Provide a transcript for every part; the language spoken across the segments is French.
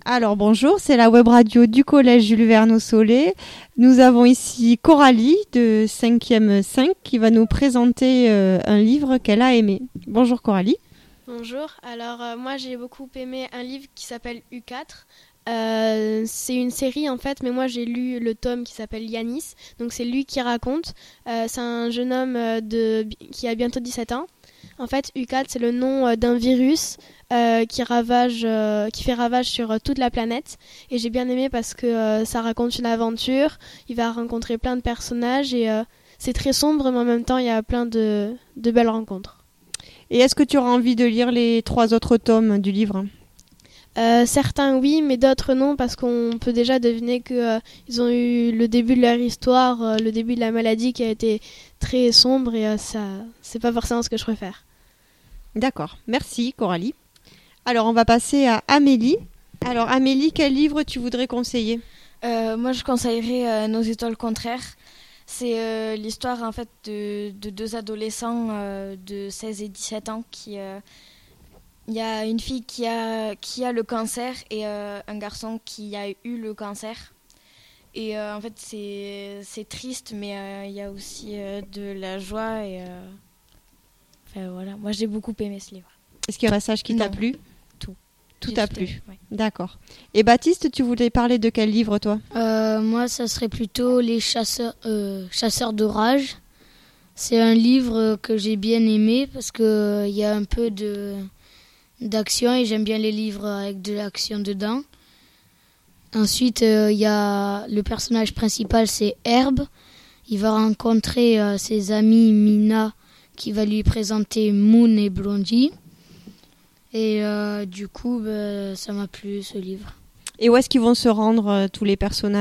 Alors bonjour, c'est la web radio du collège Jules Verne au Soleil. Nous avons ici Coralie de 5e 5 qui va nous présenter un livre qu'elle a aimé. Bonjour Coralie. Bonjour, alors moi j'ai beaucoup aimé un livre qui s'appelle U4. C'est une série en fait, mais moi j'ai lu le tome qui s'appelle Yanis, donc c'est lui qui raconte. C'est un jeune homme qui a bientôt 17 ans. En fait, U4 c'est le nom d'un virus qui fait ravage sur toute la planète. Et j'ai bien aimé parce que ça raconte une aventure, il va rencontrer plein de personnages et c'est très sombre, mais en même temps il y a plein de belles rencontres. Et est-ce que tu auras envie de lire les 3 autres tomes du livre ? Certains oui, mais d'autres non, parce qu'on peut déjà deviner qu'ils ont eu le début de leur histoire, le début de la maladie qui a été très sombre et ça, c'est pas forcément ce que je préfère. D'accord, merci Coralie. Alors on va passer à Amélie. Alors Amélie, quel livre tu voudrais conseiller ? Moi je conseillerais Nos étoiles contraires. C'est l'histoire en fait de 2 adolescents de 16 et 17 ans qui... Il y a une fille qui a le cancer et un garçon qui a eu le cancer. Et en fait, c'est triste, mais il y a aussi de la joie. Et enfin, voilà. Moi, j'ai beaucoup aimé ce livre. Est-ce qu'il y a un passage qui t'a plu ? Tout t'a plu. Ouais. D'accord. Et Baptiste, tu voulais parler de quel livre, toi ? Moi, ça serait plutôt Les chasseurs d'orage. C'est un livre que j'ai bien aimé parce qu'il y a un peu d'action et j'aime bien les livres avec de l'action dedans. Ensuite, il y a le personnage principal, c'est Herb. Il va rencontrer ses amis Mina qui va lui présenter Moon et Blondie. Et du coup, ça m'a plu ce livre. Et où est-ce qu'ils vont se rendre tous les personnages ?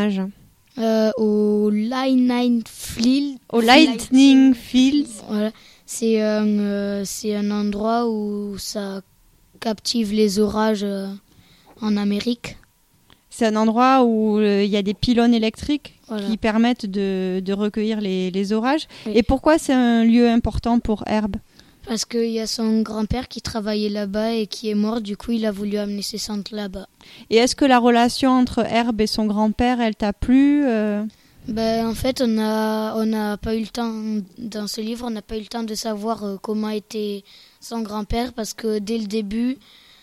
Au Lightning Fields. Au Lightning Fields. Voilà. C'est un endroit où ça captive les orages en Amérique. C'est un endroit où il y a des pylônes électriques qui permettent de recueillir les orages. Oui. Et pourquoi c'est un lieu important pour Herb ? Parce qu'il y a son grand-père qui travaillait là-bas et qui est mort. Du coup, il a voulu amener ses cendres là-bas. Et est-ce que la relation entre Herb et son grand-père, elle t'a plu ? En fait, on n'a pas eu le temps, dans ce livre, on n'a pas eu le temps de savoir comment était son grand-père parce que dès le début,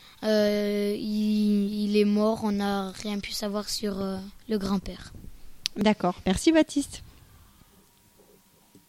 il est mort. On n'a rien pu savoir sur le grand-père. D'accord. Merci Baptiste.